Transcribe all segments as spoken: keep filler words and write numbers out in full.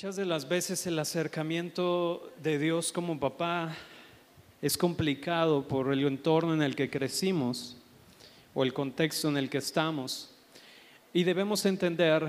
Muchas de las veces el acercamiento de Dios como papá es complicado por el entorno en el que crecimos o el contexto en el que estamos. Y debemos entender,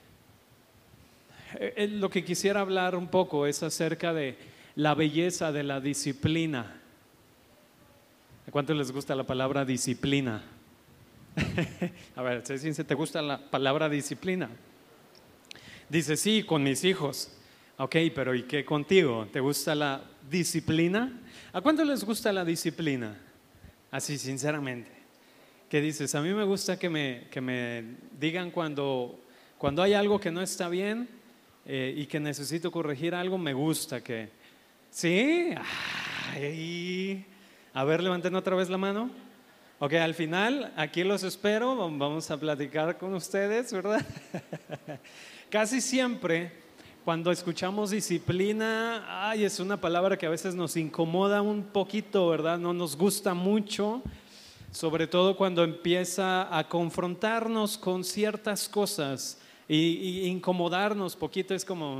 eh, lo que quisiera hablar un poco es acerca de la belleza de la disciplina. ¿A cuánto les gusta la palabra disciplina? A ver, si te gusta la palabra disciplina. Dice, sí, con mis hijos. Ok, pero ¿y qué contigo? ¿Te gusta la disciplina? ¿A cuánto les gusta la disciplina? Así, sinceramente. ¿Qué dices? A mí me gusta que me, que me digan cuando, cuando hay algo que no está bien eh, y que necesito corregir algo, me gusta que... ¿Sí? Ay. A ver, levanten otra vez la mano. Ok, al final, aquí los espero, vamos a platicar con ustedes, ¿verdad? Casi siempre, cuando escuchamos disciplina, ay, es una palabra que a veces nos incomoda un poquito, ¿verdad? No nos gusta mucho, sobre todo cuando empieza a confrontarnos con ciertas cosas y, y incomodarnos poquito, es como,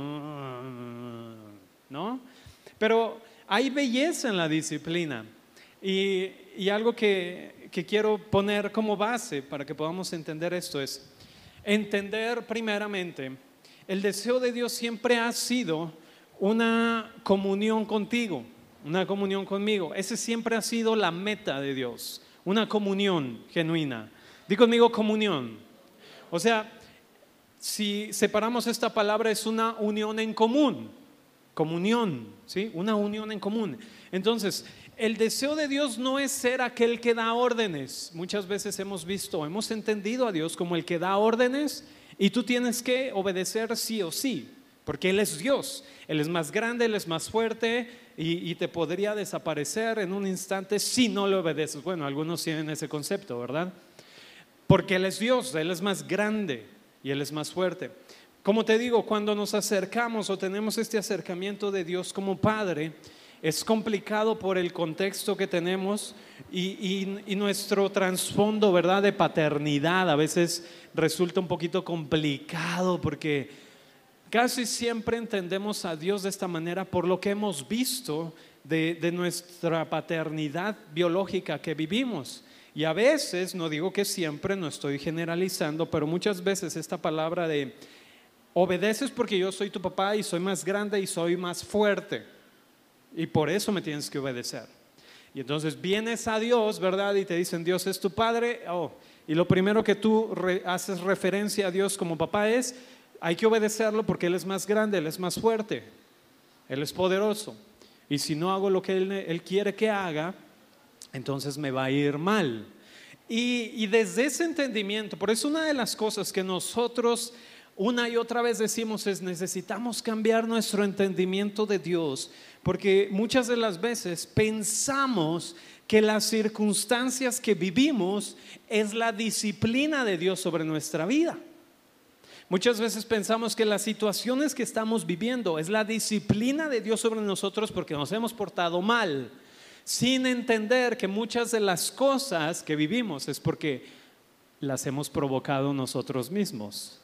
¿no? Pero hay belleza en la disciplina y, y algo que, que quiero poner como base para que podamos entender esto es entender primeramente, el deseo de Dios siempre ha sido una comunión contigo, una comunión conmigo. Ese siempre ha sido la meta de Dios, una comunión genuina. Di conmigo comunión. O sea, si separamos esta palabra es una unión en común, comunión, ¿sí? Una unión en común. Entonces, el deseo de Dios no es ser aquel que da órdenes. Muchas veces hemos visto, hemos entendido a Dios como el que da órdenes y tú tienes que obedecer sí o sí, porque Él es Dios. Él es más grande, Él es más fuerte y, y te podría desaparecer en un instante si no le obedeces. Bueno, algunos tienen ese concepto, ¿verdad? Porque Él es Dios, Él es más grande y Él es más fuerte. Como te digo, cuando nos acercamos o tenemos este acercamiento de Dios como Padre, es complicado por el contexto que tenemos y, y, y nuestro trasfondo, ¿verdad?, de paternidad. A veces resulta un poquito complicado porque casi siempre entendemos a Dios de esta manera por lo que hemos visto de, de nuestra paternidad biológica que vivimos. Y a veces, no digo que siempre, no estoy generalizando, pero muchas veces esta palabra de obedeces porque yo soy tu papá y soy más grande y soy más fuerte. Y por eso me tienes que obedecer. Y entonces vienes a Dios, ¿verdad? Y te dicen, Dios es tu padre. Oh, y lo primero que tú re- haces referencia a Dios como papá es, hay que obedecerlo porque Él es más grande, Él es más fuerte, Él es poderoso. Y si no hago lo que Él, él quiere que haga, entonces me va a ir mal. Y, y desde ese entendimiento, por eso una de las cosas que nosotros una y otra vez decimos es necesitamos cambiar nuestro entendimiento de Dios, porque muchas de las veces pensamos que las circunstancias que vivimos es la disciplina de Dios sobre nuestra vida. Muchas veces pensamos que las situaciones que estamos viviendo es la disciplina de Dios sobre nosotros porque nos hemos portado mal, sin entender que muchas de las cosas que vivimos es porque las hemos provocado nosotros mismos.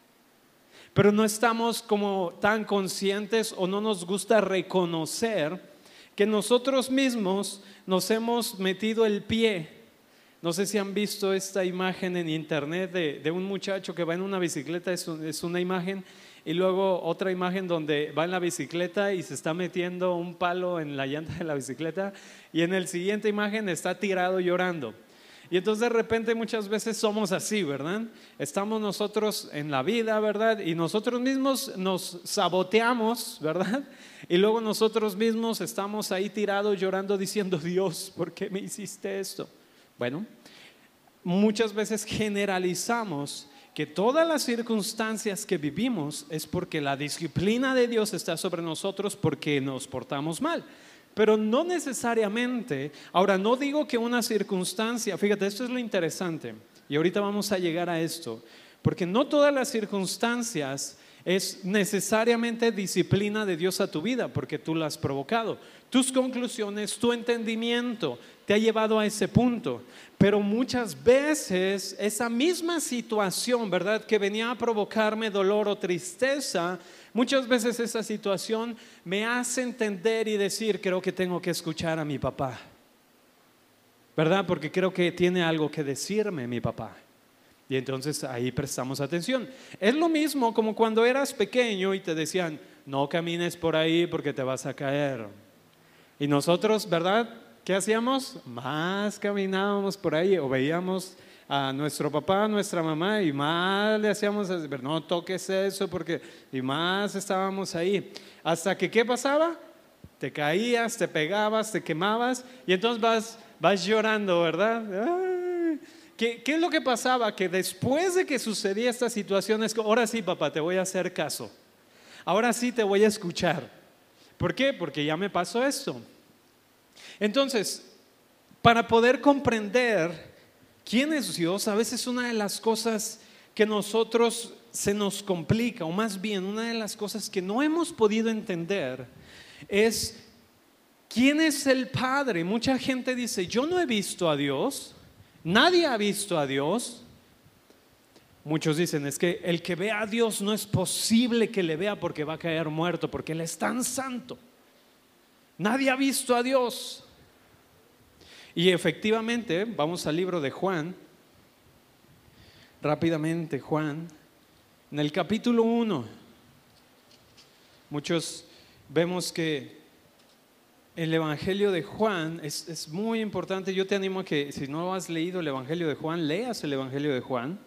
Pero no estamos como tan conscientes o no nos gusta reconocer que nosotros mismos nos hemos metido el pie. No sé si han visto esta imagen en internet de, de un muchacho que va en una bicicleta, es, un, es una imagen, y luego otra imagen donde va en la bicicleta y se está metiendo un palo en la llanta de la bicicleta, y en la siguiente imagen está tirado llorando. Y entonces de repente muchas veces somos así, ¿verdad? Estamos nosotros en la vida, ¿verdad? Y nosotros mismos nos saboteamos, ¿verdad? Y luego nosotros mismos estamos ahí tirados llorando diciendo, Dios, ¿por qué me hiciste esto? Bueno, muchas veces generalizamos que todas las circunstancias que vivimos es porque la disciplina de Dios está sobre nosotros porque nos portamos mal. Pero no necesariamente. Ahora, no digo que una circunstancia, fíjate, esto es lo interesante y ahorita vamos a llegar a esto, porque no todas las circunstancias es necesariamente disciplina de Dios a tu vida, porque tú la has provocado. Tus conclusiones, tu entendimiento te ha llevado a ese punto. Pero muchas veces esa misma situación, ¿verdad?, que venía a provocarme dolor o tristeza, muchas veces esa situación me hace entender y decir, creo que tengo que escuchar a mi papá, ¿verdad? Porque creo que tiene algo que decirme mi papá. Y entonces ahí prestamos atención. Es lo mismo como cuando eras pequeño y te decían, no camines por ahí porque te vas a caer. Y nosotros, ¿verdad?, ¿qué hacíamos? Más caminábamos por ahí o veíamos a nuestro papá, a nuestra mamá y más le hacíamos, no toques eso porque, y más estábamos ahí. Hasta que, ¿qué pasaba? Te caías, te pegabas, te quemabas y entonces vas, vas llorando, ¿verdad? Ay. ¿Qué, ¿Qué es lo que pasaba? Que después de que sucedía esta situación, es que ahora sí, papá, te voy a hacer caso. Ahora sí te voy a escuchar. ¿Por qué? Porque ya me pasó esto. Entonces, para poder comprender quién es Dios, a veces una de las cosas que nosotros se nos complica, o más bien una de las cosas que no hemos podido entender, es quién es el Padre. Mucha gente dice, yo no he visto a Dios. Nadie ha visto a Dios. Muchos dicen, es que el que ve a Dios no es posible que le vea porque va a caer muerto, porque Él es tan santo. Nadie ha visto a Dios. Y efectivamente, vamos al libro de Juan, rápidamente Juan, en el capítulo uno, muchos vemos que el Evangelio de Juan es, es muy importante. Yo te animo a que si no has leído el Evangelio de Juan, leas el Evangelio de Juan.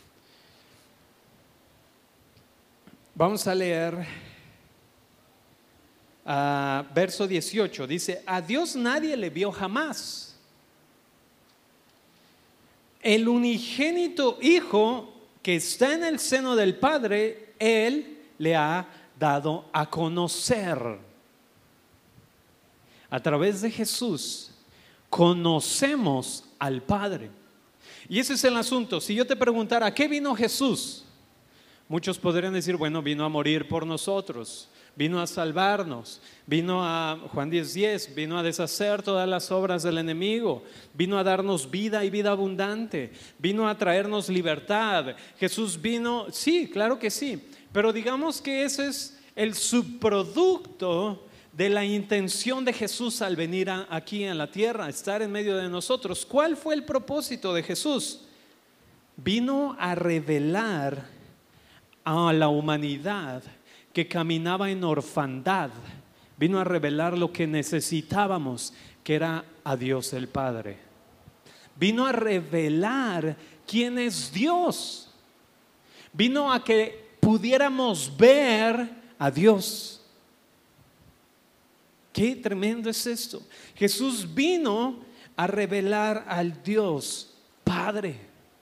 Vamos a leer uh, verso dieciocho. Dice, a Dios nadie le vio jamás. El unigénito Hijo que está en el seno del Padre, Él le ha dado a conocer. A través de Jesús conocemos al Padre. Y ese es el asunto. Si yo te preguntara, ¿a qué vino Jesús? Muchos podrían decir, bueno, vino a morir por nosotros, vino a salvarnos, vino a, Juan diez diez, vino a deshacer todas las obras del enemigo, vino a darnos vida y vida abundante, vino a traernos libertad. Jesús vino, sí, claro que sí, pero digamos que ese es el subproducto de la intención de Jesús al venir a, aquí en la tierra, estar en medio de nosotros. ¿Cuál fue el propósito de Jesús? Vino a revelar a la humanidad que caminaba en orfandad, vino a revelar lo que necesitábamos, que era a Dios el Padre. Vino a revelar quién es Dios. Vino a que pudiéramos ver a Dios. Qué tremendo es esto. Jesús vino a revelar al Dios Padre.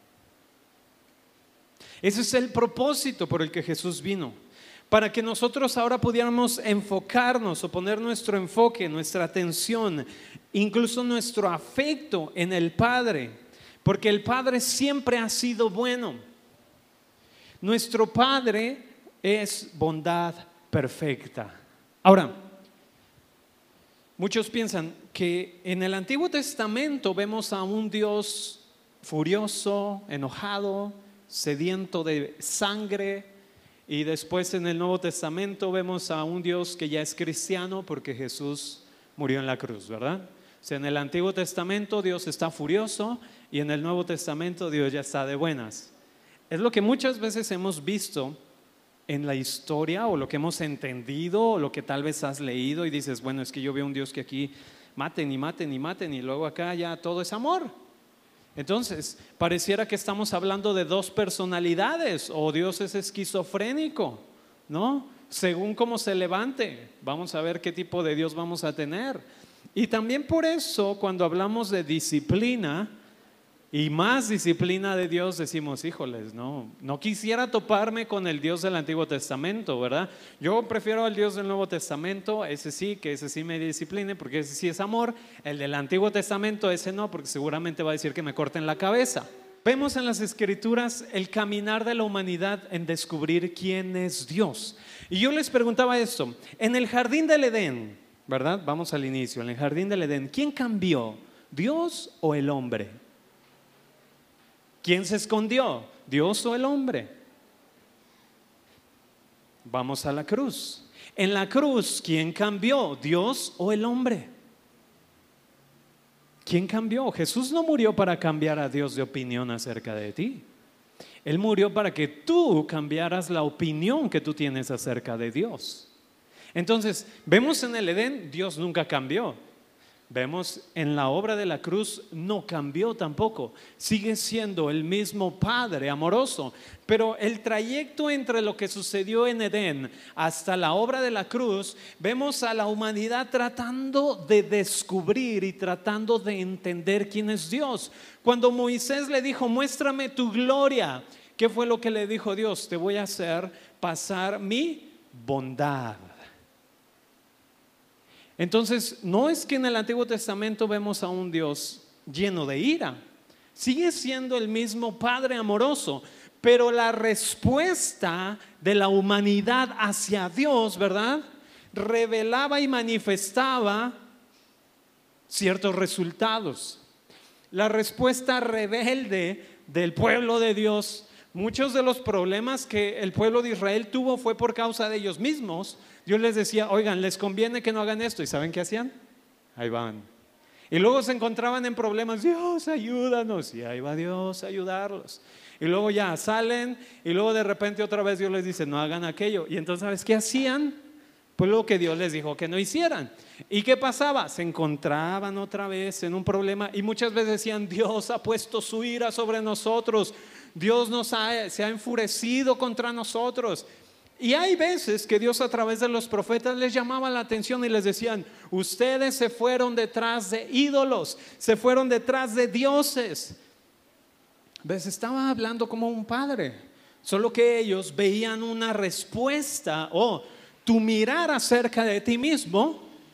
Ese es el propósito por el que Jesús vino, para que nosotros ahora pudiéramos enfocarnos o poner nuestro enfoque, nuestra atención, incluso nuestro afecto en el Padre, porque el Padre siempre ha sido bueno. Nuestro Padre es bondad perfecta. Ahora, muchos piensan que en el Antiguo Testamento vemos a un Dios furioso, enojado, sediento de sangre, y después en el Nuevo Testamento vemos a un Dios que ya es cristiano porque Jesús murió en la cruz, ¿verdad? O sea, en el Antiguo Testamento Dios está furioso y en el Nuevo Testamento Dios ya está de buenas. Es lo que muchas veces hemos visto en la historia, o lo que hemos entendido, o lo que tal vez has leído y dices, bueno, es que yo veo un Dios que aquí maten y maten y maten y luego acá ya todo es amor. Entonces, pareciera que estamos hablando de dos personalidades, o Dios es esquizofrénico, ¿no? Según cómo se levante, vamos a ver qué tipo de Dios vamos a tener. Y también por eso, cuando hablamos de disciplina y más disciplina de Dios, decimos, híjoles, no, no quisiera toparme con el Dios del Antiguo Testamento, ¿verdad? Yo prefiero al Dios del Nuevo Testamento, ese sí, que ese sí me discipline, porque ese sí es amor. El del Antiguo Testamento, ese no, porque seguramente va a decir que me corten la cabeza. vemos en las Escrituras el caminar de la humanidad en descubrir quién es Dios. Y yo les preguntaba esto, en el jardín del Edén, ¿verdad? Vamos al inicio, en el jardín del Edén, ¿quién cambió? ¿Dios o el hombre? ¿Quién se escondió? ¿Dios o el hombre? Vamos a la cruz. En la cruz, ¿quién cambió? ¿Dios o el hombre? ¿Quién cambió? Jesús no murió para cambiar a Dios de opinión acerca de ti. Él murió para que tú cambiaras la opinión que tú tienes acerca de Dios. Entonces, vemos en el Edén, Dios nunca cambió. Vemos en la obra de la cruz, no cambió tampoco. Sigue siendo el mismo Padre amoroso. Pero el trayecto entre lo que sucedió en Edén hasta la obra de la cruz, vemos a la humanidad tratando de descubrir y tratando de entender quién es Dios. Cuando Moisés le dijo, muéstrame tu gloria, ¿qué fue lo que le dijo Dios? Te voy a hacer pasar mi bondad. Entonces, no es que en el Antiguo Testamento vemos a un Dios lleno de ira. Sigue siendo el mismo Padre amoroso, pero la respuesta de la humanidad hacia Dios, ¿verdad? Revelaba y manifestaba ciertos resultados. La respuesta rebelde del pueblo de Dios, muchos de los problemas que el pueblo de Israel tuvo fue por causa de ellos mismos. Dios les decía, oigan, les conviene que no hagan esto. ¿Y saben qué hacían? Ahí van. Y luego se encontraban en problemas, Dios, ayúdanos. Y ahí va Dios a ayudarlos. Y luego ya salen y luego de repente otra vez Dios les dice, no hagan aquello. Y entonces, ¿sabes qué hacían? Pues lo que Dios les dijo que no hicieran. ¿Y qué pasaba? Se encontraban otra vez en un problema y muchas veces decían, Dios ha puesto su ira sobre nosotros. Dios nos ha, se ha enfurecido contra nosotros. Y hay veces que Dios a través de los profetas les llamaba la atención y les decían, ustedes se fueron detrás de ídolos, se fueron detrás de dioses. ¿Ves? Estaba hablando como un padre, solo que ellos veían una respuesta. Oh, tu mirar acerca de ti mismo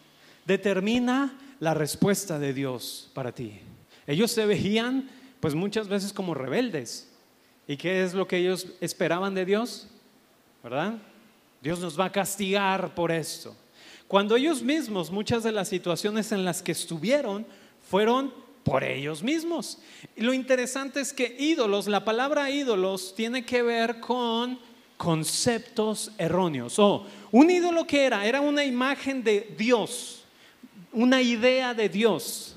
determina la respuesta de Dios para ti. Ellos se veían pues muchas veces como rebeldes. ¿Y qué es lo que ellos esperaban de Dios? ¿Verdad? Dios nos va a castigar por esto. Cuando ellos mismos, muchas de las situaciones en las que estuvieron fueron por ellos mismos. Y lo interesante es que ídolos, la palabra ídolos tiene que ver con conceptos erróneos. Oh, un ídolo, ¿qué era? Era una imagen de Dios, una idea de Dios.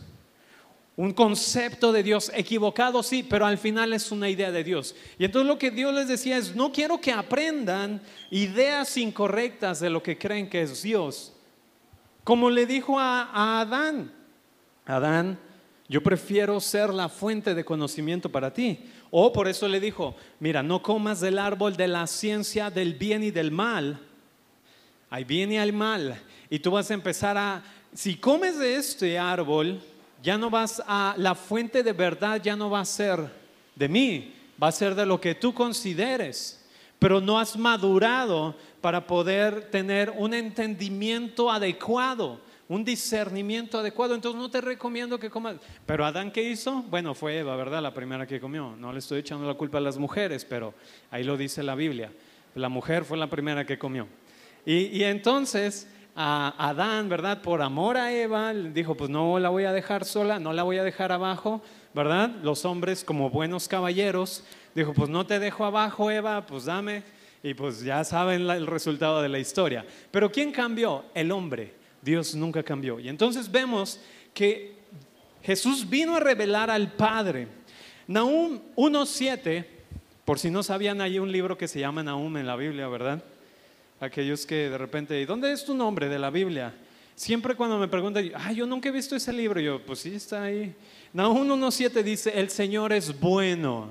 Un concepto de Dios equivocado, sí, pero al final es una idea de Dios. Y entonces lo que Dios les decía es, no quiero que aprendan ideas incorrectas de lo que creen que es Dios. Como le dijo a, a Adán, Adán, yo prefiero ser la fuente de conocimiento para ti. O por eso le dijo, mira, no comas del árbol de la ciencia del bien y del mal. Hay bien y hay mal. Y tú vas a empezar a, si comes de este árbol, ya no vas a, la fuente de verdad ya no va a ser de mí, va a ser de lo que tú consideres, pero no has madurado para poder tener un entendimiento adecuado, un discernimiento adecuado. Entonces no te recomiendo que comas. Pero Adán, ¿qué hizo? Bueno, fue Eva, ¿verdad? La primera que comió. No le estoy echando la culpa a las mujeres, pero ahí lo dice la Biblia. La mujer fue la primera que comió. Y, y entonces a Adán, ¿verdad? Por amor a Eva, dijo, pues no la voy a dejar sola, no la voy a dejar abajo, ¿verdad? Los hombres como buenos caballeros, dijo, pues no te dejo abajo, Eva, pues dame. Y pues ya saben la, el resultado de la historia. Pero ¿quién cambió? El hombre. Dios nunca cambió. Y entonces vemos que Jesús vino a revelar al Padre. Nahum uno siete, por si no sabían, hay un libro que se llama Nahum en la Biblia, ¿verdad? Aquellos que de repente, ¿dónde es tu nombre de la Biblia? Siempre cuando me preguntan, ah, yo nunca he visto ese libro, yo, pues sí, está ahí. Nahum uno siete dice, el Señor es bueno.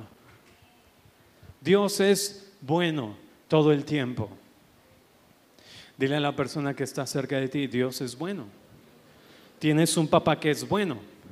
Dios es bueno todo el tiempo. Dile a la persona que está cerca de ti, Dios es bueno. Tienes un papá que es bueno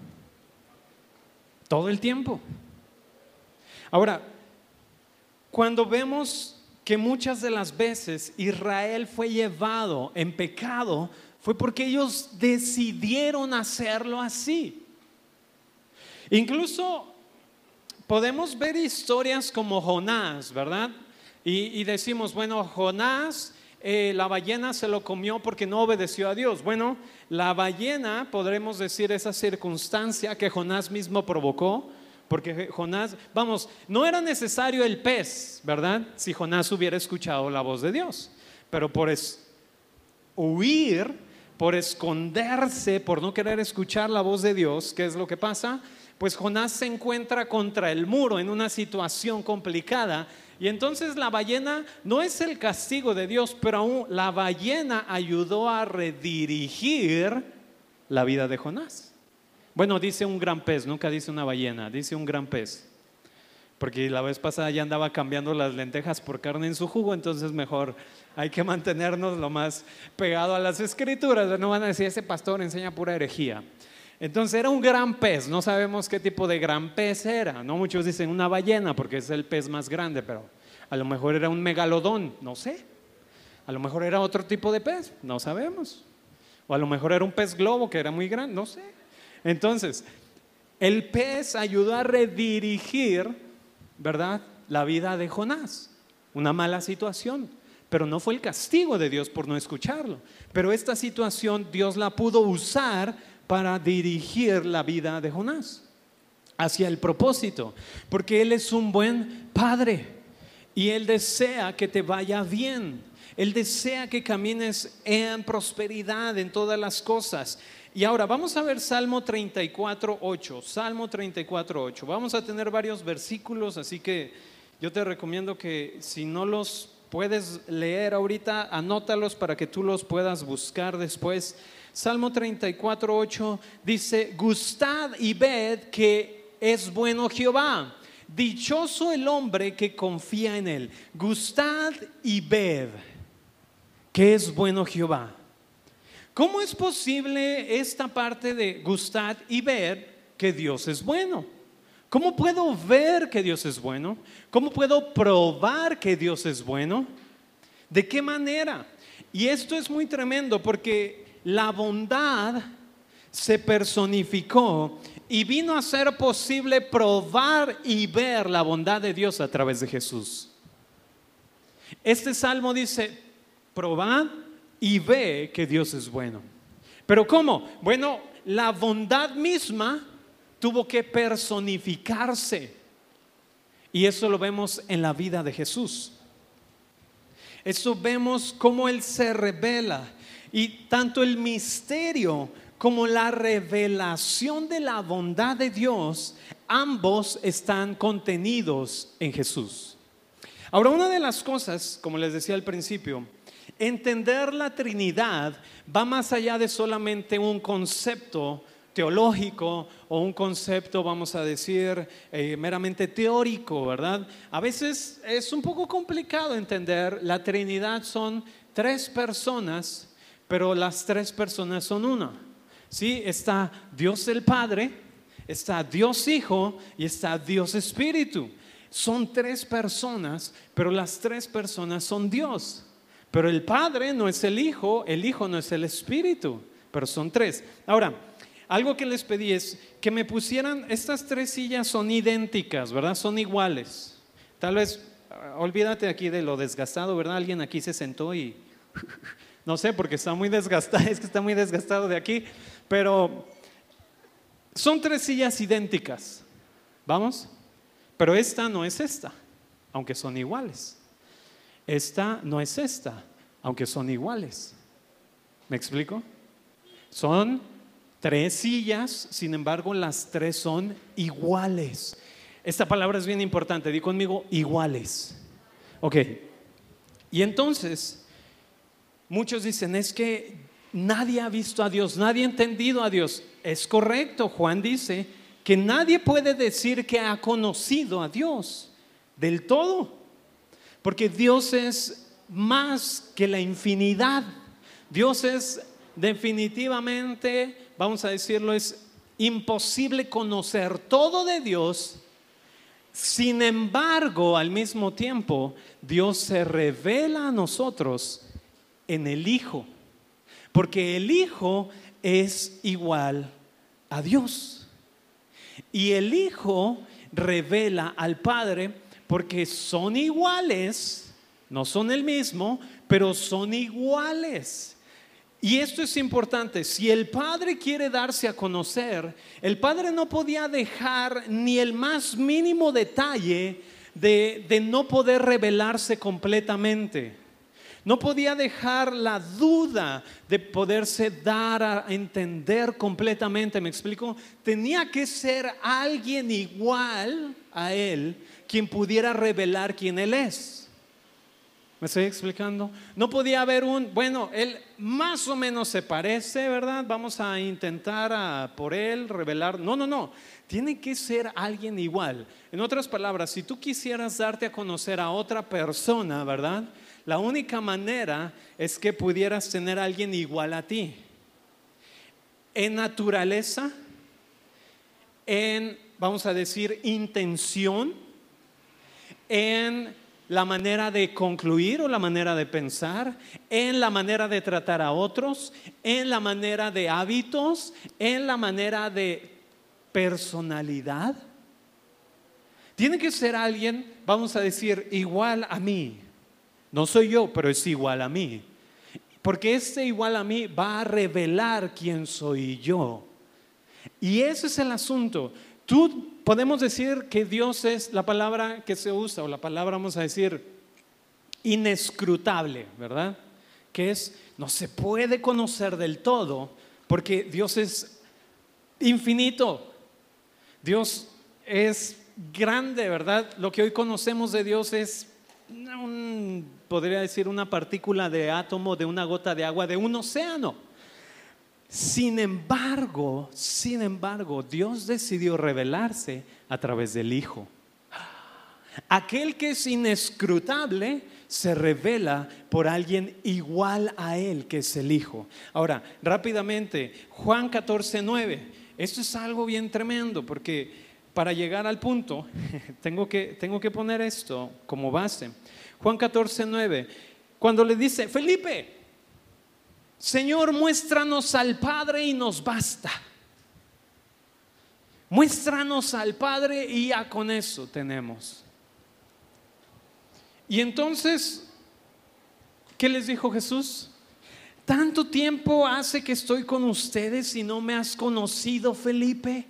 todo el tiempo. Ahora, cuando vemos que muchas de las veces Israel fue llevado en pecado, fue porque ellos decidieron hacerlo así. Incluso podemos ver historias como Jonás, ¿verdad? Y, y decimos, bueno, Jonás, eh, la ballena se lo comió porque no obedeció a Dios. Bueno, la ballena, podremos decir, esa circunstancia que Jonás mismo provocó, porque Jonás, vamos, no era necesario el pez, ¿verdad? Si Jonás hubiera escuchado la voz de Dios, pero por es, huir, por esconderse, por no querer escuchar la voz de Dios, ¿qué es lo que pasa? Pues Jonás se encuentra contra el muro en una situación complicada, y entonces la ballena no es el castigo de Dios, pero aún la ballena ayudó a redirigir la vida de Jonás. Bueno, dice un gran pez, nunca dice una ballena, dice un gran pez, porque la vez pasada ya andaba cambiando las lentejas por carne en su jugo, entonces mejor hay que mantenernos lo más pegado a las escrituras. No van a decir, ese pastor enseña pura herejía. Entonces era un gran pez, no sabemos qué tipo de gran pez era, ¿no? Muchos dicen una ballena porque es el pez más grande, pero a lo mejor era un megalodón, no sé. A lo mejor era otro tipo de pez, no sabemos. O a lo mejor era un pez globo que era muy grande, no sé. Entonces, el pez ayudó a redirigir, ¿verdad?, la vida de Jonás, una mala situación, pero no fue el castigo de Dios por no escucharlo. Pero esta situación Dios la pudo usar para dirigir la vida de Jonás hacia el propósito, porque Él es un buen Padre y Él desea que te vaya bien. Él desea que camines en prosperidad en todas las cosas. Y ahora vamos a ver Salmo treinta y cuatro, ocho. Salmo treinta y cuatro, ocho. Vamos a tener varios versículos, así que yo te recomiendo que si no los puedes leer ahorita, anótalos para que tú los puedas buscar después. Salmo treinta y cuatro, ocho dice: gustad y ved que es bueno Jehová, dichoso el hombre que confía en él. Gustad y ved que es bueno Jehová. ¿Cómo es posible esta parte de gustad y ver que Dios es bueno? ¿Cómo puedo ver que Dios es bueno? ¿Cómo puedo probar que Dios es bueno? ¿De qué manera? Y esto es muy tremendo porque la bondad se personificó y vino a ser posible probar y ver la bondad de Dios a través de Jesús. Este salmo dice: probad y ve que Dios es bueno. ¿Pero cómo? Bueno, la bondad misma tuvo que personificarse, y eso lo vemos en la vida de Jesús. Eso vemos cómo Él se revela, y tanto el misterio como la revelación de la bondad de Dios, ambos están contenidos en Jesús. Ahora, una de las cosas, como les decía al principio, entender la Trinidad va más allá de solamente un concepto teológico o un concepto, vamos a decir, eh, meramente teórico, ¿verdad? A veces es un poco complicado entender. La Trinidad son tres personas, pero las tres personas son una. Sí, está Dios el Padre, está Dios Hijo y está Dios Espíritu. Son tres personas, pero las tres personas son Dios. Pero el Padre no es el Hijo, el Hijo no es el Espíritu, pero son tres. Ahora, algo que les pedí es que me pusieran, estas tres sillas son idénticas, ¿verdad? Son iguales. Tal vez, olvídate aquí de lo desgastado, ¿verdad? Alguien aquí se sentó y no sé, porque está muy desgastado, es que está muy desgastado de aquí, pero son tres sillas idénticas, ¿vamos? Pero esta no es esta, aunque son iguales. Esta no es esta, aunque son iguales. ¿Me explico? Son tres sillas, sin embargo las tres son iguales. Esta palabra es bien importante, di conmigo, iguales. Ok, y entonces muchos dicen, es que nadie ha visto a Dios, nadie ha entendido a Dios. Es correcto, Juan dice que nadie puede decir que ha conocido a Dios del todo, porque Dios es más que la infinidad. Dios es definitivamente, vamos a decirlo, es imposible conocer todo de Dios. Sin embargo, al mismo tiempo, Dios se revela a nosotros en el Hijo, porque el Hijo es igual a Dios. Y el Hijo revela al Padre porque son iguales, no son el mismo, pero son iguales. Y esto es importante, si el Padre quiere darse a conocer, el Padre no podía dejar ni el más mínimo detalle de, de no poder revelarse completamente. No podía dejar la duda de poderse dar a entender completamente, ¿me explico? Tenía que ser alguien igual a Él quien pudiera revelar quién Él es. ¿Me estoy explicando? No podía haber un, bueno, Él más o menos se parece, ¿verdad? Vamos a intentar a, por Él revelar. No, no, no. Tiene que ser alguien igual. En otras palabras, si tú quisieras darte a conocer a otra persona, ¿verdad? La única manera es que pudieras tener a alguien igual a ti. En naturaleza, en, vamos a decir, intención, en la manera de concluir o la manera de pensar, en la manera de tratar a otros, en la manera de hábitos, en la manera de personalidad. Tiene que ser alguien, vamos a decir, igual a mí. No soy yo, pero es igual a mí. Porque este igual a mí va a revelar quién soy yo. Y ese es el asunto. Tú podemos decir que Dios es la palabra que se usa, o la palabra, vamos a decir, inescrutable, ¿verdad? Que es, no se puede conocer del todo, porque Dios es infinito. Dios es grande, ¿verdad? Lo que hoy conocemos de Dios es un, podría decir, una partícula de átomo, de una gota de agua, de un océano. Sin embargo, sin embargo, Dios decidió revelarse a través del Hijo. Aquel que es inescrutable se revela por alguien igual a Él, que es el Hijo. Ahora, rápidamente, Juan catorce nueve. Esto es algo bien tremendo, porque para llegar al punto tengo que, tengo que poner esto como base. Juan catorce nueve, cuando le dice, Felipe, Señor, muéstranos al Padre y nos basta. Muéstranos al Padre y ya con eso tenemos. Y entonces, ¿qué les dijo Jesús? ¿Tanto tiempo hace que estoy con ustedes y no me has conocido, Felipe?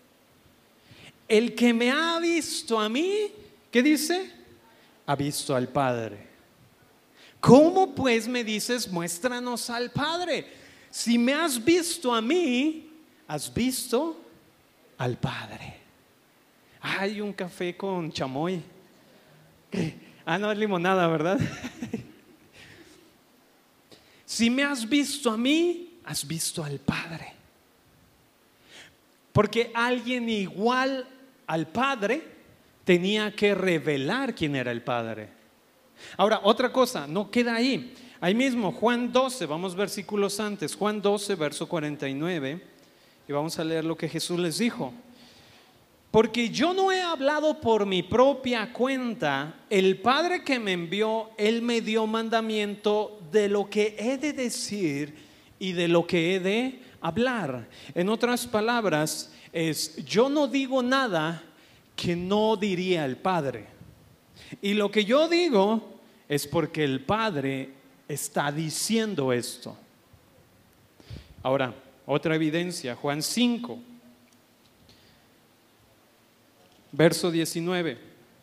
El que me ha visto a mí, ¿qué dice? Ha visto al Padre. ¿Cómo pues me dices, muéstranos al Padre? Si me has visto a mí, has visto al Padre. Hay un café con chamoy. Ah, no, es limonada, ¿verdad? Si me has visto a mí, has visto al Padre. Porque alguien igual al Padre tenía que revelar quién era el Padre. Ahora, otra cosa, no queda ahí. Ahí mismo, Juan doce, vamos versículos antes. Juan doce, verso cuarenta y nueve. Y vamos a leer lo que Jesús les dijo. Porque yo no he hablado por mi propia cuenta. El Padre que me envió, Él me dio mandamiento de lo que he de decir y de lo que he de hablar. En otras palabras, es yo no digo nada que no diría el Padre. Y lo que yo digo es porque el Padre está diciendo esto. Ahora, otra evidencia, Juan cinco, verso diecinueve.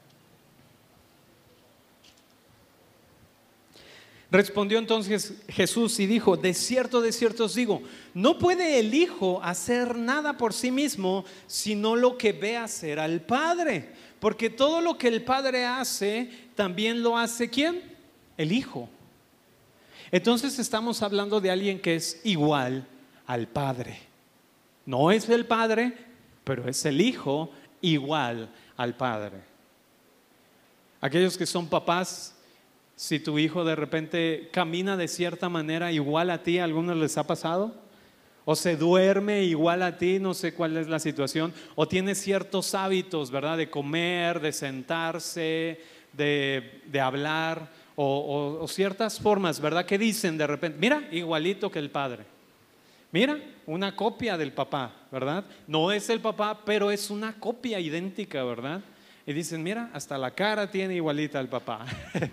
Respondió entonces Jesús y dijo, de cierto, de cierto os digo, no puede el Hijo hacer nada por sí mismo, sino lo que ve hacer al Padre. Porque todo lo que el Padre hace, también lo hace ¿quién? El Hijo. Entonces estamos hablando de alguien que es igual al Padre. No es el Padre, pero es el Hijo igual al Padre. Aquellos que son papás, si tu hijo de repente camina de cierta manera igual a ti, ¿a algunos les ha pasado? O se duerme igual a ti, no sé cuál es la situación. O tiene ciertos hábitos, ¿verdad? De comer, de sentarse, de, de hablar, o, o, o ciertas formas, ¿verdad? Que dicen de repente, mira, igualito que el Padre. Mira, una copia del papá, ¿verdad? No es el papá, pero es una copia idéntica, ¿verdad? Y dicen, mira, hasta la cara tiene igualita al papá.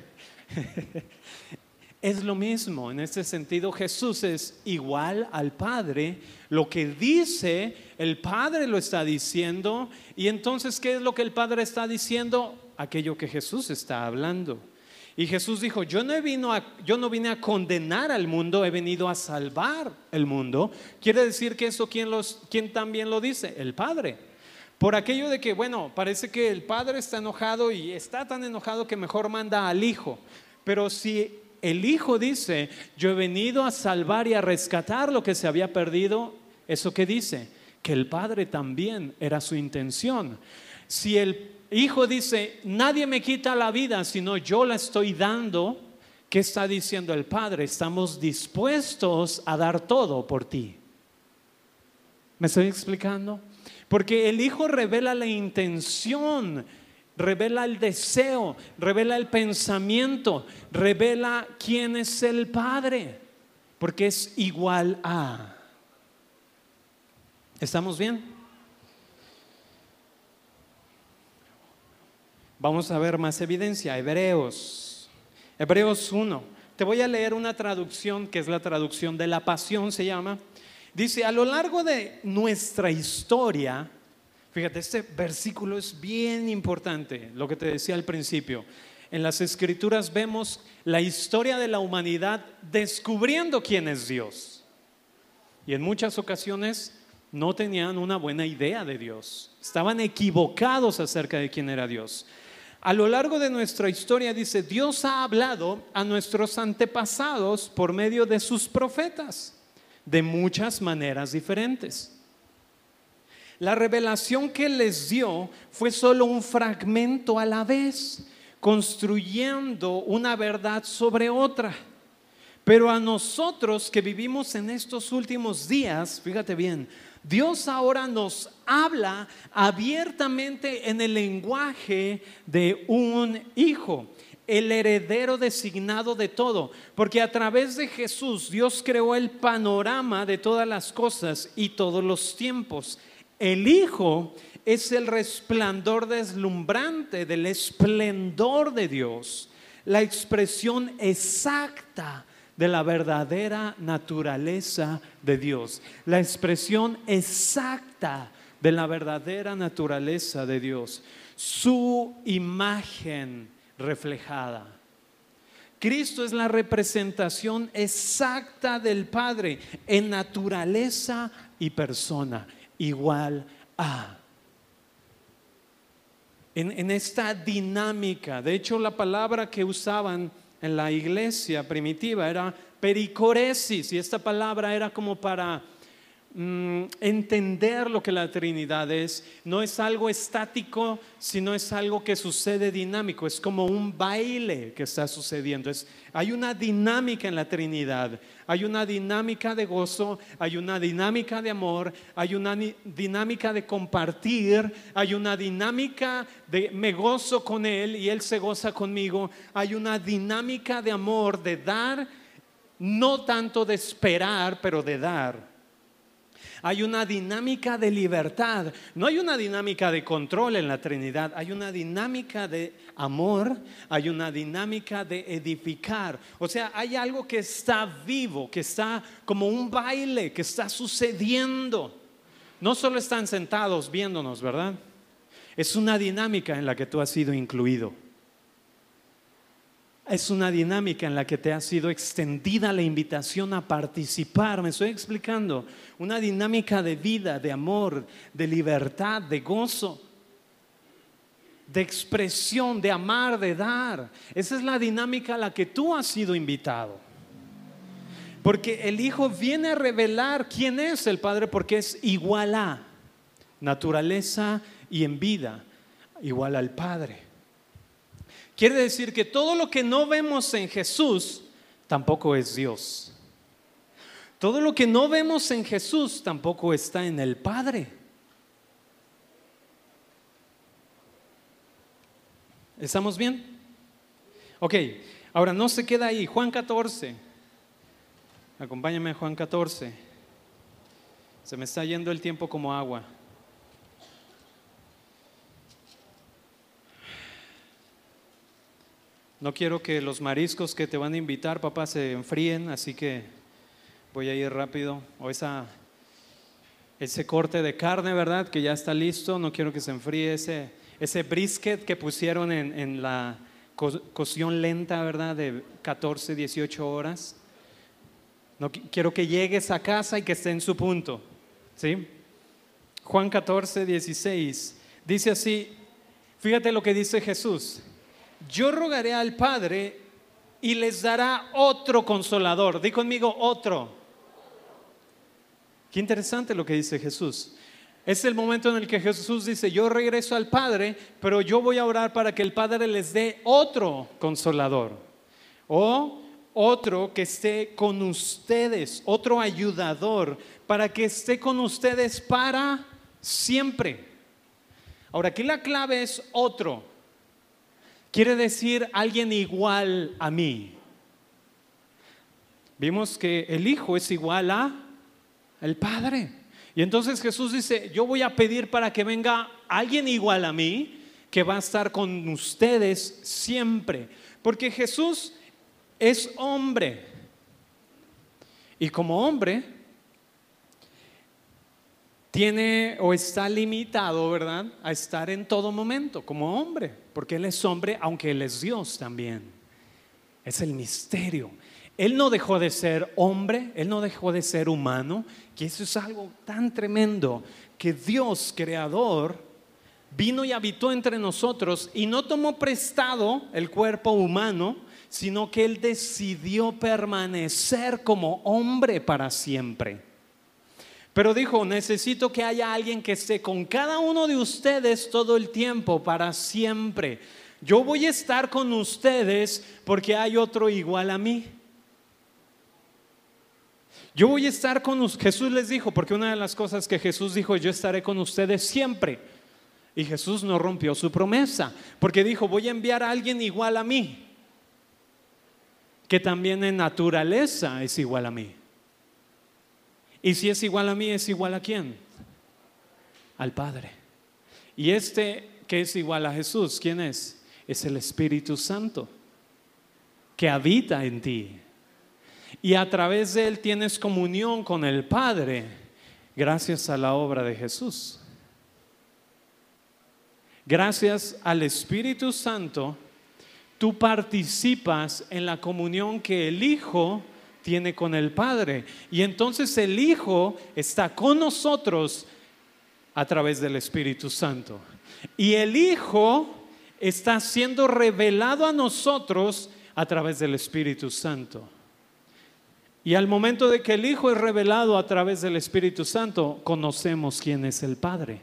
Es lo mismo, en este sentido Jesús es igual al Padre. Lo que dice, el Padre lo está diciendo. Y entonces, ¿qué es lo que el Padre está diciendo? Aquello que Jesús está hablando. Y Jesús dijo, yo no, vino a, yo no vine a condenar al mundo, he venido a salvar el mundo. Quiere decir que eso, ¿quién, los, quién también lo dice? El Padre. Por aquello de que, bueno, parece que el Padre está enojado y está tan enojado que mejor manda al Hijo. Pero si el Hijo dice, yo he venido a salvar y a rescatar lo que se había perdido, ¿eso qué dice? Que el Padre también era su intención. Si el Hijo dice, nadie me quita la vida, sino yo la estoy dando, ¿qué está diciendo el Padre? Estamos dispuestos a dar todo por ti. ¿Me estoy explicando? Porque el Hijo revela la intención, revela el deseo, revela el pensamiento, revela quién es el Padre, porque es igual a. ¿Estamos bien? Vamos a ver más evidencia. Hebreos, Hebreos uno. Te voy a leer una traducción que es la traducción de la Pasión, se llama. Dice, a lo largo de nuestra historia, fíjate, este versículo es bien importante, lo que te decía al principio. En las Escrituras vemos la historia de la humanidad descubriendo quién es Dios. Y en muchas ocasiones no tenían una buena idea de Dios. Estaban equivocados acerca de quién era Dios. A lo largo de nuestra historia, dice, Dios ha hablado a nuestros antepasados por medio de sus profetas, de muchas maneras diferentes. La revelación que les dio fue solo un fragmento a la vez, construyendo una verdad sobre otra. Pero a nosotros que vivimos en estos últimos días, fíjate bien, Dios ahora nos habla abiertamente en el lenguaje de un hijo, el heredero designado de todo, porque a través de Jesús Dios creó el panorama de todas las cosas y todos los tiempos. El Hijo es el resplandor deslumbrante del esplendor de Dios, la expresión exacta de la verdadera naturaleza de Dios, la expresión exacta de la verdadera naturaleza de Dios, su imagen reflejada. Cristo es la representación exacta del Padre en naturaleza y persona, igual a. En, en esta dinámica, de hecho la palabra que usaban en la iglesia primitiva era pericoresis, y esta palabra era como para mm, entender lo que la Trinidad es. No es algo estático, sino es algo que sucede dinámico, es como un baile que está sucediendo. Es, hay una dinámica en la Trinidad, hay una dinámica de gozo, hay una dinámica de amor, hay una dinámica de compartir, hay una dinámica de me gozo con Él y Él se goza conmigo, hay una dinámica de amor, de dar, no tanto de esperar, pero de dar. Hay una dinámica de libertad, no hay una dinámica de control en la Trinidad, hay una dinámica de amor, hay una dinámica de edificar. O sea, hay algo que está vivo, que está como un baile, que está sucediendo. No solo están sentados viéndonos, ¿verdad? Es una dinámica en la que tú has sido incluido. Es una dinámica en la que te ha sido extendida la invitación a participar. Me estoy explicando. Una dinámica de vida, de amor, de libertad, de gozo, de expresión, de amar, de dar. Esa es la dinámica a la que tú has sido invitado. Porque el Hijo viene a revelar quién es el Padre, porque es igual a naturaleza y en vida, igual al Padre. Quiere decir que todo lo que no vemos en Jesús tampoco es Dios. Todo lo que no vemos en Jesús tampoco está en el Padre. ¿Estamos bien? Ok, ahora no se queda ahí. Juan catorce. Acompáñame a Juan catorce. Se me está yendo el tiempo como agua. No quiero que los mariscos que te van a invitar, papá, se enfríen, así que voy a ir rápido. O esa, ese corte de carne, ¿verdad? Que ya está listo, no quiero que se enfríe. Ese, ese brisket que pusieron en, en la co cocción lenta, ¿verdad? De catorce, dieciocho horas. No quiero que llegues a casa y que esté en su punto, ¿sí? Juan catorce, dieciséis dice así, fíjate lo que dice Jesús: yo rogaré al Padre y les dará otro consolador. Di conmigo, otro. Qué interesante lo que dice Jesús. Es el momento en el que Jesús dice, yo regreso al Padre, pero yo voy a orar para que el Padre les dé otro consolador, o otro que esté con ustedes, otro ayudador, para que esté con ustedes para siempre. Ahora, aquí la clave es otro. Quiere decir alguien igual a mí. Vimos que el Hijo es igual a el Padre. Y entonces Jesús dice, yo voy a pedir para que venga alguien igual a mí, que va a estar con ustedes siempre. Porque Jesús es hombre. Y como hombre, tiene o está limitado, ¿verdad?, a estar en todo momento como hombre. Porque Él es hombre, aunque Él es Dios también. Es el misterio. Él no dejó de ser hombre, Él no dejó de ser humano, que eso es algo tan tremendo, que Dios creador vino y habitó entre nosotros y no tomó prestado el cuerpo humano, sino que Él decidió permanecer como hombre para siempre. Pero dijo, necesito que haya alguien que esté con cada uno de ustedes todo el tiempo, para siempre. Yo voy a estar con ustedes porque hay otro igual a mí. Yo voy a estar con ustedes. Jesús les dijo, porque una de las cosas que Jesús dijo, yo estaré con ustedes siempre. Y Jesús no rompió su promesa, porque dijo, voy a enviar a alguien igual a mí, que también en naturaleza es igual a mí. Y si es igual a mí, ¿es igual a quién? Al Padre. Y este que es igual a Jesús, ¿quién es? Es el Espíritu Santo, que habita en ti. Y a través de Él tienes comunión con el Padre, gracias a la obra de Jesús. Gracias al Espíritu Santo, tú participas en la comunión que el Hijo tiene con el Padre. Y entonces el Hijo está con nosotros a través del Espíritu Santo. Y el Hijo está siendo revelado a nosotros a través del Espíritu Santo. Y al momento de que el Hijo es revelado a través del Espíritu Santo, conocemos quién es el Padre.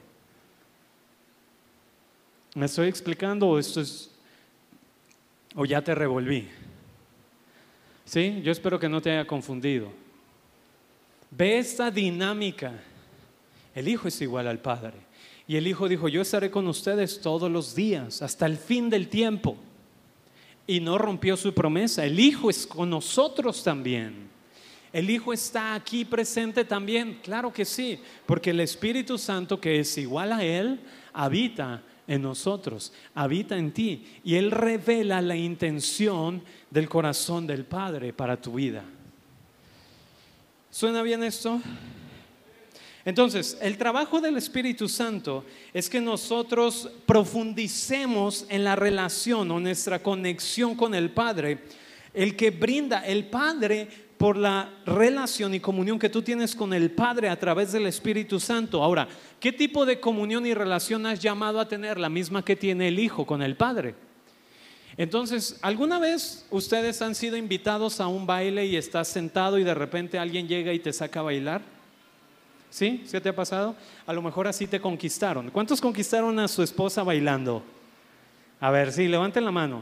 ¿Me estoy explicando o esto es, o ya te revolví? ¿Sí? Yo espero que no te haya confundido. Ve esta dinámica. El Hijo es igual al Padre. Y el Hijo dijo, yo estaré con ustedes todos los días, hasta el fin del tiempo. Y no rompió su promesa. El Hijo es con nosotros también. El Hijo está aquí presente también. Claro que sí, porque el Espíritu Santo, que es igual a Él, habita en nosotros, habita en ti, y Él revela la intención del corazón del Padre para tu vida. ¿Suena bien esto? Entonces, el trabajo del Espíritu Santo es que nosotros profundicemos en la relación o nuestra conexión con el Padre. El que brinda el Padre por la relación y comunión que tú tienes con el Padre a través del Espíritu Santo. Ahora, ¿qué tipo de comunión y relación has llamado a tener? La misma que tiene el Hijo con el Padre. Entonces, ¿alguna vez ustedes han sido invitados a un baile y estás sentado y de repente alguien llega y te saca a bailar? ¿Sí? ¿Sí te ha pasado? A lo mejor así te conquistaron. ¿Cuántos conquistaron a su esposa bailando? A ver, sí, levanten la mano.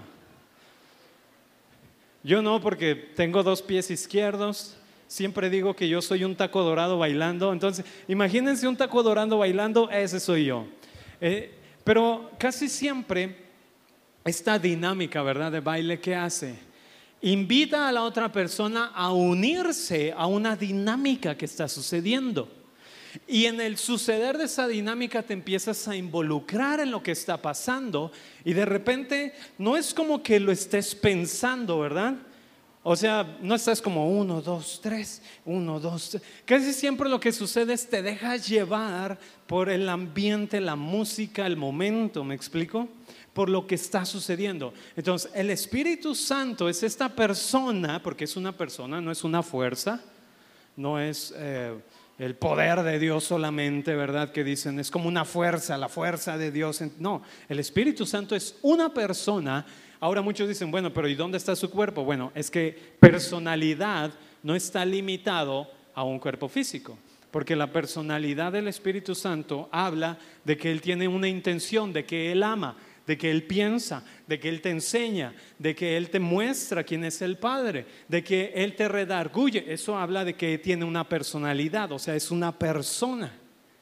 Yo no, porque tengo dos pies izquierdos. Siempre digo que yo soy un taco dorado bailando. Entonces, imagínense un taco dorado bailando, ese soy yo. Eh, pero casi siempre esta dinámica, ¿verdad?, de baile, ¿qué hace? Invita a la otra persona a unirse a una dinámica que está sucediendo. Y en el suceder de esa dinámica te empiezas a involucrar en lo que está pasando y de repente no es como que lo estés pensando, ¿verdad? O sea, no estás como uno, dos, tres, uno, dos, tres. Casi siempre lo que sucede es te dejas llevar por el ambiente, la música, el momento, ¿me explico? Por lo que está sucediendo. Entonces, el Espíritu Santo es esta persona, porque es una persona, no es una fuerza, no es eh, el poder de Dios solamente, ¿verdad? Que dicen, es como una fuerza, la fuerza de Dios. No, el Espíritu Santo es una persona. Ahora muchos dicen, bueno, pero ¿y dónde está su cuerpo? Bueno, es que personalidad no está limitado a un cuerpo físico, porque la personalidad del Espíritu Santo habla de que Él tiene una intención, de que Él ama, de que Él piensa, de que Él te enseña, de que Él te muestra quién es el Padre, de que Él te redarguye. Eso habla de que tiene una personalidad, o sea, es una persona.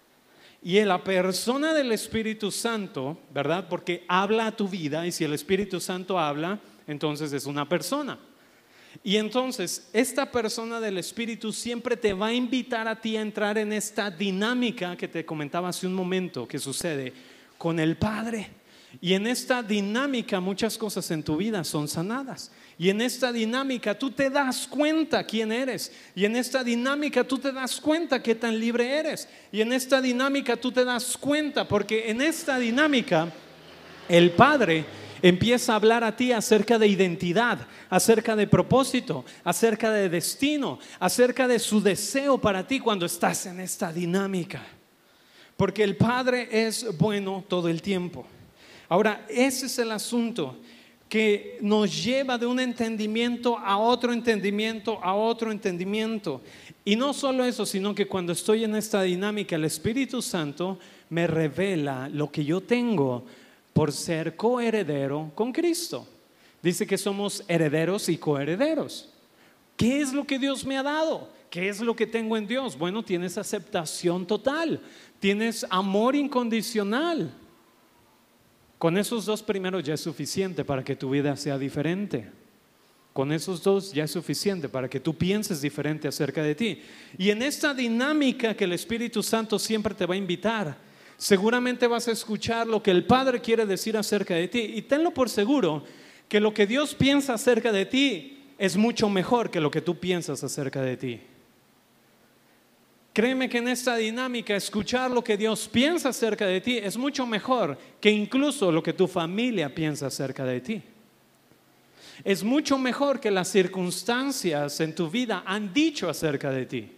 Y en la persona del Espíritu Santo, ¿verdad? Porque habla a tu vida, y si el Espíritu Santo habla, entonces es una persona. Y entonces esta persona del Espíritu siempre te va a invitar a ti a entrar en esta dinámica que te comentaba hace un momento, que sucede con el Padre. Y en esta dinámica muchas cosas en tu vida son sanadas. Y en esta dinámica tú te das cuenta quién eres. Y en esta dinámica tú te das cuenta qué tan libre eres. Y en esta dinámica tú te das cuenta, porque en esta dinámica el Padre empieza a hablar a ti acerca de identidad, acerca de propósito, acerca de destino, acerca de su deseo para ti cuando estás en esta dinámica. Porque el Padre es bueno todo el tiempo. Ahora, ese es el asunto que nos lleva de un entendimiento a otro entendimiento, a otro entendimiento. Y no solo eso, sino que cuando estoy en esta dinámica, el Espíritu Santo me revela lo que yo tengo por ser coheredero con Cristo. Dice que somos herederos y coherederos. ¿Qué es lo que Dios me ha dado? ¿Qué es lo que tengo en Dios? Bueno, tienes aceptación total, tienes amor incondicional. Con esos dos primeros ya es suficiente para que tu vida sea diferente. Con esos dos ya es suficiente para que tú pienses diferente acerca de ti. Y en esta dinámica que el Espíritu Santo siempre te va a invitar, seguramente vas a escuchar lo que el Padre quiere decir acerca de ti. Y tenlo por seguro que lo que Dios piensa acerca de ti es mucho mejor que lo que tú piensas acerca de ti. Créeme que en esta dinámica escuchar lo que Dios piensa acerca de ti es mucho mejor que incluso lo que tu familia piensa acerca de ti. Es mucho mejor que las circunstancias en tu vida han dicho acerca de ti.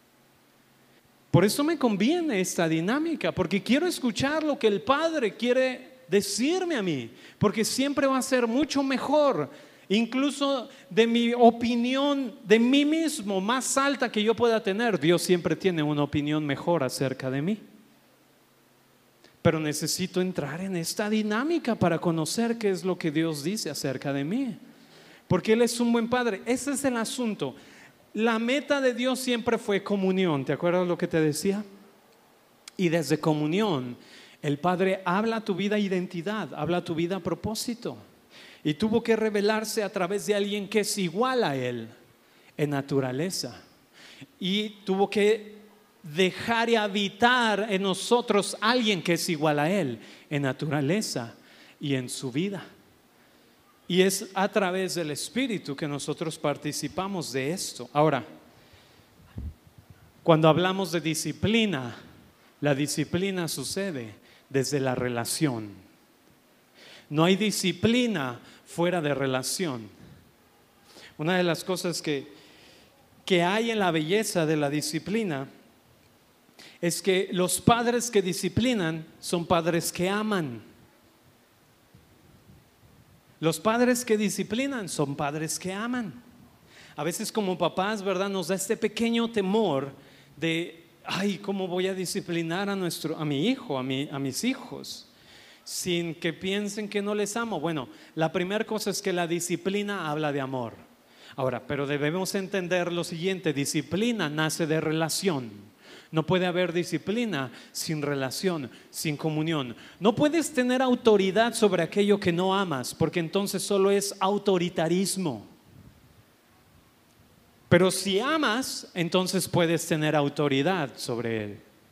Por eso me conviene esta dinámica, porque quiero escuchar lo que el Padre quiere decirme a mí, porque siempre va a ser mucho mejor. Incluso de mi opinión de mí mismo más alta que yo pueda tener, Dios siempre tiene una opinión mejor acerca de mí. Pero necesito entrar en esta dinámica para conocer qué es lo que Dios dice acerca de mí, porque Él es un buen Padre. Ese es el asunto. La meta de Dios siempre fue comunión. ¿Te acuerdas lo que te decía? Y desde comunión el Padre habla a tu vida identidad, habla a tu vida propósito. Y tuvo que revelarse a través de alguien que es igual a Él en naturaleza. Y tuvo que dejar y habitar en nosotros alguien que es igual a Él en naturaleza y en su vida. Y es a través del Espíritu que nosotros participamos de esto. Ahora, cuando hablamos de disciplina, la disciplina sucede desde la relación. No hay disciplina fuera de relación. Una de las cosas que, que hay en la belleza de la disciplina es que los padres que disciplinan son padres que aman. Los padres que disciplinan son padres que aman. A veces como papás, ¿verdad? Nos da este pequeño temor de, ay, ¿cómo voy a disciplinar a, nuestro, a mi hijo, a, mi, a mis hijos? Sin que piensen que no les amo. Bueno, la primera cosa es que la disciplina habla de amor. Ahora, pero debemos entender lo siguiente: disciplina nace de relación. No puede haber disciplina sin relación, sin comunión. No puedes tener autoridad sobre aquello que no amas, porque entonces solo es autoritarismo. Pero si amas, entonces puedes tener autoridad sobre él.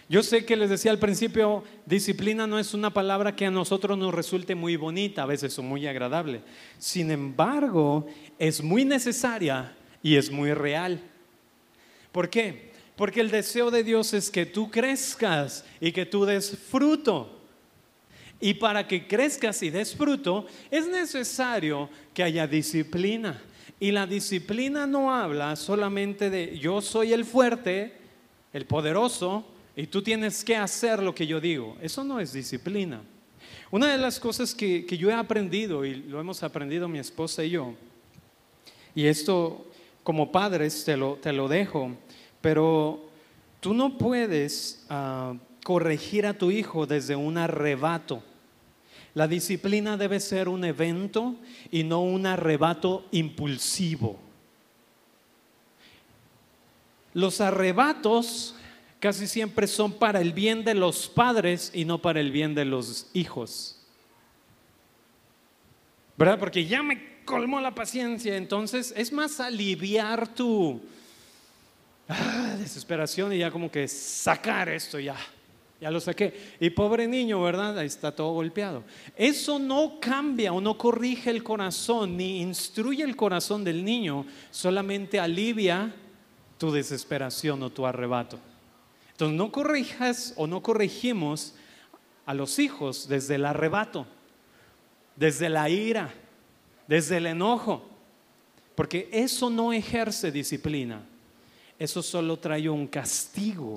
Yo sé que les decía al principio, disciplina no es una palabra que a nosotros nos resulte muy bonita, a veces o muy agradable. Sin embargo, es muy necesaria y es muy real. ¿Por qué? Porque el deseo de Dios es que tú crezcas y que tú des fruto. Y para que crezcas y des fruto, es necesario que haya disciplina. Y la disciplina no habla solamente de yo soy el fuerte, el poderoso, y tú tienes que hacer lo que yo digo. Eso no es disciplina. Una de las cosas que, que yo he aprendido, y lo hemos aprendido mi esposa y yo, y esto como padres te lo, te lo dejo, pero tú no puedes uh, corregir a tu hijo desde un arrebato. La disciplina debe ser un evento y no un arrebato impulsivo. Los arrebatos casi siempre son para el bien de los padres y no para el bien de los hijos, ¿verdad? Porque ya me colmó la paciencia, entonces es más aliviar tu ah, desesperación y ya como que sacar esto ya. Ya lo saqué. Y pobre niño, ¿verdad? Ahí está todo golpeado. Eso no cambia o no corrige el corazón, ni instruye el corazón del niño, solamente alivia tu desesperación o tu arrebato. Entonces no corrijas o no corregimos a los hijos desde el arrebato, desde la ira, desde el enojo, porque eso no ejerce disciplina, eso solo trae un castigo.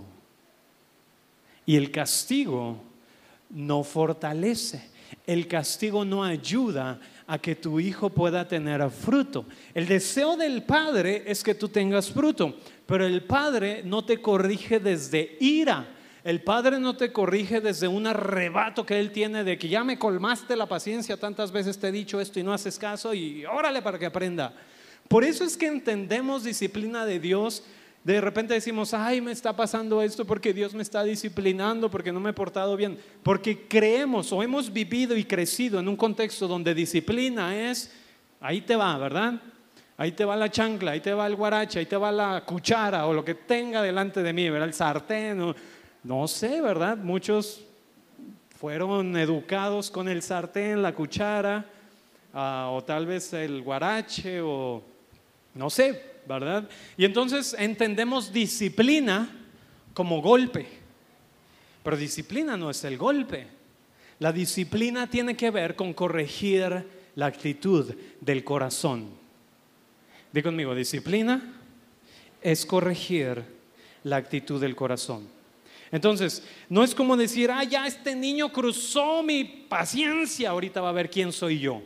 Y el castigo no fortalece, el castigo no ayuda a que tu hijo pueda tener fruto. El deseo del padre es que tú tengas fruto, pero el padre no te corrige desde ira. El padre no te corrige desde un arrebato que él tiene de que ya me colmaste la paciencia, tantas veces te he dicho esto y no haces caso y órale para que aprenda. Por eso es que entendemos disciplina de Dios. De repente decimos, ay, me está pasando esto porque Dios me está disciplinando, porque no me he portado bien. Porque creemos o hemos vivido y crecido en un contexto donde disciplina es, ahí te va, ¿verdad? Ahí te va la chancla, ahí te va el guarache, ahí te va la cuchara o lo que tenga delante de mí, ¿verdad? El sartén, o, no sé, ¿verdad? Muchos fueron educados con el sartén, la cuchara, uh, o tal vez el guarache, o no sé, ¿verdad? Y entonces entendemos disciplina como golpe, pero disciplina no es el golpe. La disciplina tiene que ver con corregir la actitud del corazón. Di conmigo, disciplina es corregir la actitud del corazón. Entonces, no es como decir, ah, ya este niño cruzó mi paciencia, ahorita va a ver quién soy yo.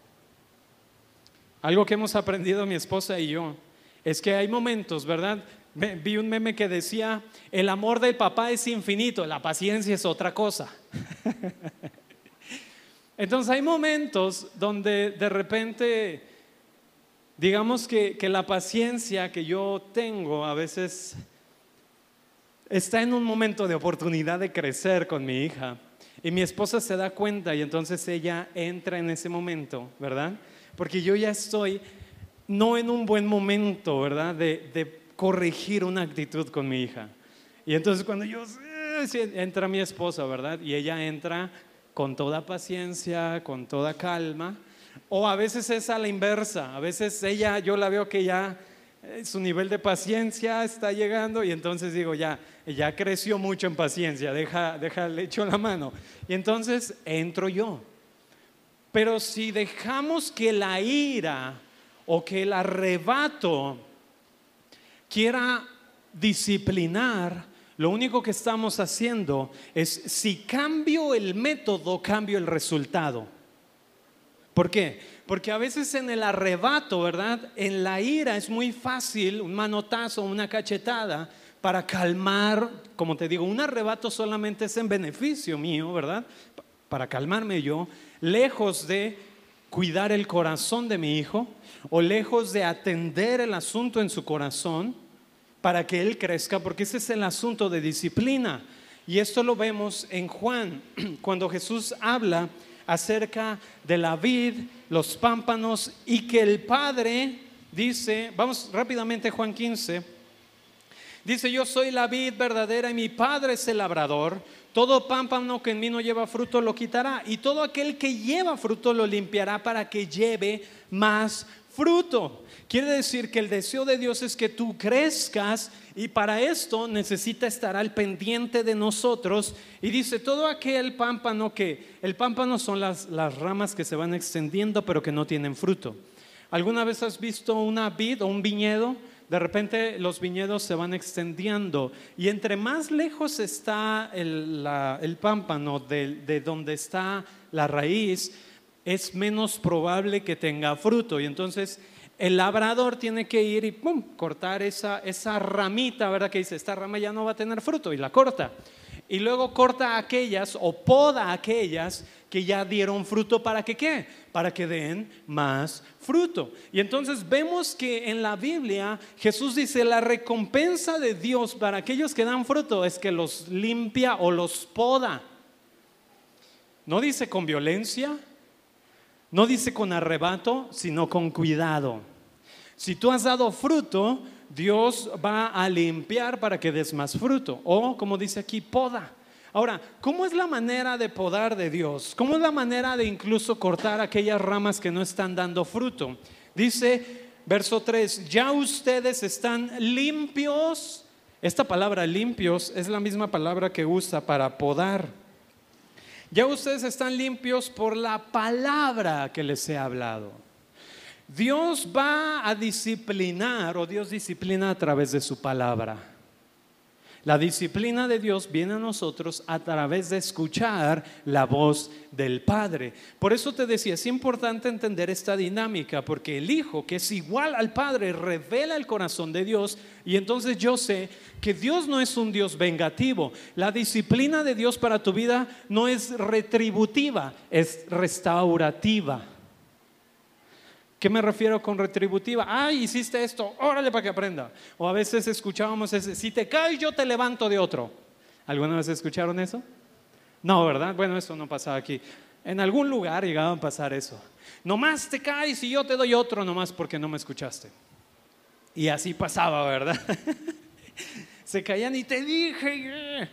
Algo que hemos aprendido mi esposa y yo es que hay momentos, ¿verdad? Vi un meme que decía, el amor del papá es infinito, la paciencia es otra cosa. Entonces hay momentos donde de repente, digamos que, que la paciencia que yo tengo a veces está en un momento de oportunidad de crecer con mi hija. Y mi esposa se da cuenta y entonces ella entra en ese momento, ¿verdad? Porque yo ya estoy no en un buen momento, ¿verdad? De, de corregir una actitud con mi hija. Y entonces cuando yo, entra mi esposa, ¿verdad? Y ella entra con toda paciencia, con toda calma. O a veces es a la inversa. A veces ella, yo la veo que ya su nivel de paciencia está llegando y entonces digo, ya, ya creció mucho en paciencia, deja, deja, le echo la mano. Y entonces entro yo. Pero si dejamos que la ira o que el arrebato quiera disciplinar, lo único que estamos haciendo es, si cambio el método, cambio el resultado. ¿Por qué? Porque a veces en el arrebato, ¿verdad? En la ira es muy fácil un manotazo, una cachetada para calmar, como te digo, un arrebato solamente es en beneficio mío, ¿verdad? Para calmarme yo, lejos de cuidar el corazón de mi hijo o lejos de atender el asunto en su corazón para que él crezca, porque ese es el asunto de disciplina. Y esto lo vemos en Juan, cuando Jesús habla acerca de la vid, los pámpanos, y que el Padre dice, vamos rápidamente Juan quince, Dice, yo soy la vid verdadera y mi Padre es el labrador. Todo pámpano que en mí no lleva fruto lo quitará, y todo aquel que lleva fruto lo limpiará para que lleve más fruto. Quiere decir que el deseo de Dios es que tú crezcas, y para esto necesita estar al pendiente de nosotros. Y dice, todo aquel pámpano que, el pámpano son las, las ramas que se van extendiendo pero que no tienen fruto. ¿Alguna vez has visto una vid o un viñedo? De repente los viñedos se van extendiendo, y entre más lejos está el, la, el pámpano de, de donde está la raíz, es menos probable que tenga fruto. Y entonces el labrador tiene que ir y pum, cortar esa, esa ramita, ¿verdad? Que dice, esta rama ya no va a tener fruto, y la corta. Y luego corta aquellas o poda aquellas que ya dieron fruto. ¿Para que qué? Para que den más fruto. Y entonces vemos que en la Biblia Jesús dice, la recompensa de Dios para aquellos que dan fruto es que los limpia o los poda. No dice con violencia, no dice con arrebato, sino con cuidado. Si tú has dado fruto, Dios va a limpiar para que des más fruto. O como dice aquí, poda. Ahora, ¿cómo es la manera de podar de Dios? ¿Cómo es la manera de incluso cortar aquellas ramas que no están dando fruto? Dice, verso tres, ya ustedes están limpios. Esta palabra limpios es la misma palabra que usa para podar. Ya ustedes están limpios por la palabra que les he hablado. Dios va a disciplinar, o Dios disciplina a través de su palabra. La disciplina de Dios viene a nosotros a través de escuchar la voz del Padre. Por eso te decía, es importante entender esta dinámica, porque el Hijo, que es igual al Padre, revela el corazón de Dios. Y entonces yo sé que Dios no es un Dios vengativo. La disciplina de Dios para tu vida no es retributiva, es restaurativa. ¿Qué me refiero con retributiva? Ay, hiciste esto, órale para que aprenda. O a veces escuchábamos ese, si te caes yo te levanto de otro. ¿Alguna vez escucharon eso? No, ¿verdad? Bueno, eso no pasaba aquí. En algún lugar llegaban a pasar eso. Nomás te caes y yo te doy otro, nomás porque no me escuchaste. Y así pasaba, ¿verdad? Se caían y te dije.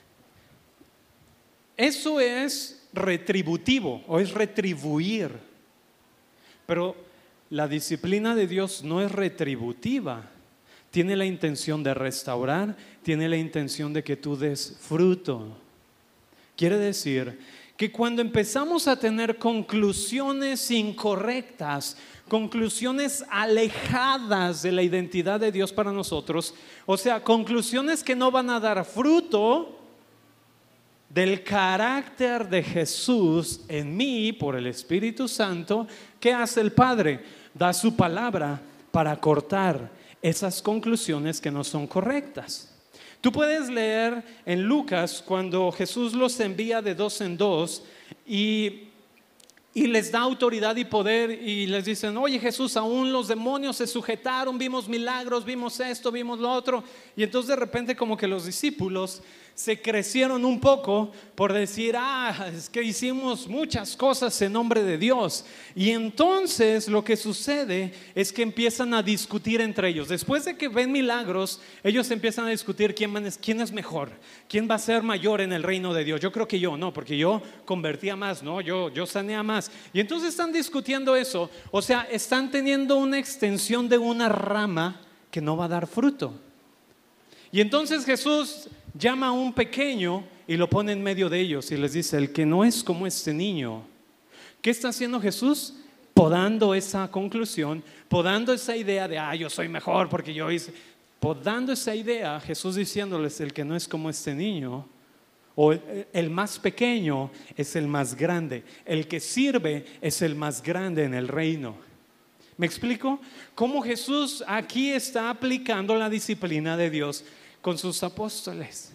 Eso es retributivo o es retribuir. Pero la disciplina de Dios no es retributiva. Tiene la intención de restaurar, tiene la intención de que tú des fruto. Quiere decir que cuando empezamos a tener conclusiones incorrectas, conclusiones alejadas de la identidad de Dios para nosotros, o sea, conclusiones que no van a dar fruto del carácter de Jesús en mí por el Espíritu Santo, ¿qué hace el Padre? Da su palabra para cortar esas conclusiones que no son correctas. Tú puedes leer en Lucas cuando Jesús los envía de dos en dos y, y les da autoridad y poder, y les dicen, oye Jesús, aún los demonios se sujetaron, vimos milagros, vimos esto, vimos lo otro. Y entonces de repente como que los discípulos se crecieron un poco por decir, ah, es que hicimos muchas cosas en nombre de Dios. Y entonces lo que sucede es que empiezan a discutir entre ellos. Después de que ven milagros, ellos empiezan a discutir quién es, quién es mejor, quién va a ser mayor en el reino de Dios. Yo creo que yo, no, porque yo convertía más, no, yo, yo sanea más. Y entonces están discutiendo eso. O sea, están teniendo una extensión de una rama que no va a dar fruto. Y entonces Jesús llama a un pequeño y lo pone en medio de ellos y les dice, el que no es como este niño. ¿Qué está haciendo Jesús? Podando esa conclusión, podando esa idea de, ah, yo soy mejor porque yo hice. Podando esa idea, Jesús diciéndoles, el que no es como este niño, o el, el más pequeño es el más grande, el que sirve es el más grande en el reino. ¿Me explico? Cómo Jesús aquí está aplicando la disciplina de Dios con sus apóstoles.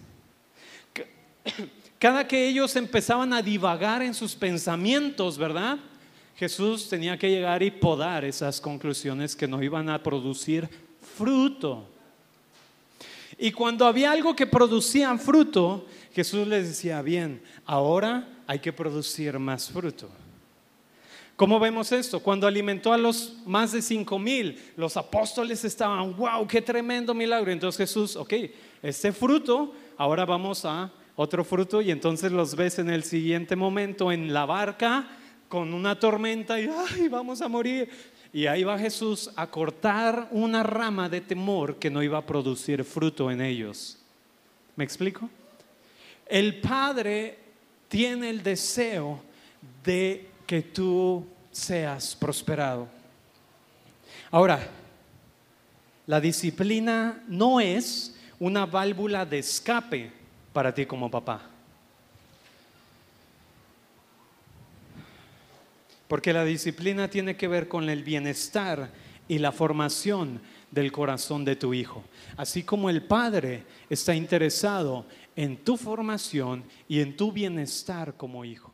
Cada que ellos empezaban a divagar en sus pensamientos, ¿verdad? Jesús tenía que llegar y podar esas conclusiones que no iban a producir fruto. Y cuando había algo que producía fruto, Jesús les decía, bien, ahora hay que producir más fruto. ¿Cómo vemos esto? Cuando alimentó a los más de cinco mil, los apóstoles estaban, wow, qué tremendo milagro. Entonces Jesús, ok, este fruto, ahora vamos a otro fruto, y entonces los ves en el siguiente momento en la barca con una tormenta y ay, vamos a morir. Y ahí va Jesús a cortar una rama de temor que no iba a producir fruto en ellos. ¿Me explico? El Padre tiene el deseo de que tú seas prosperado. Ahora, la disciplina no es una válvula de escape para ti como papá, porque la disciplina tiene que ver con el bienestar y la formación del corazón de tu hijo, así como el padre está interesado en tu formación y en tu bienestar como hijo.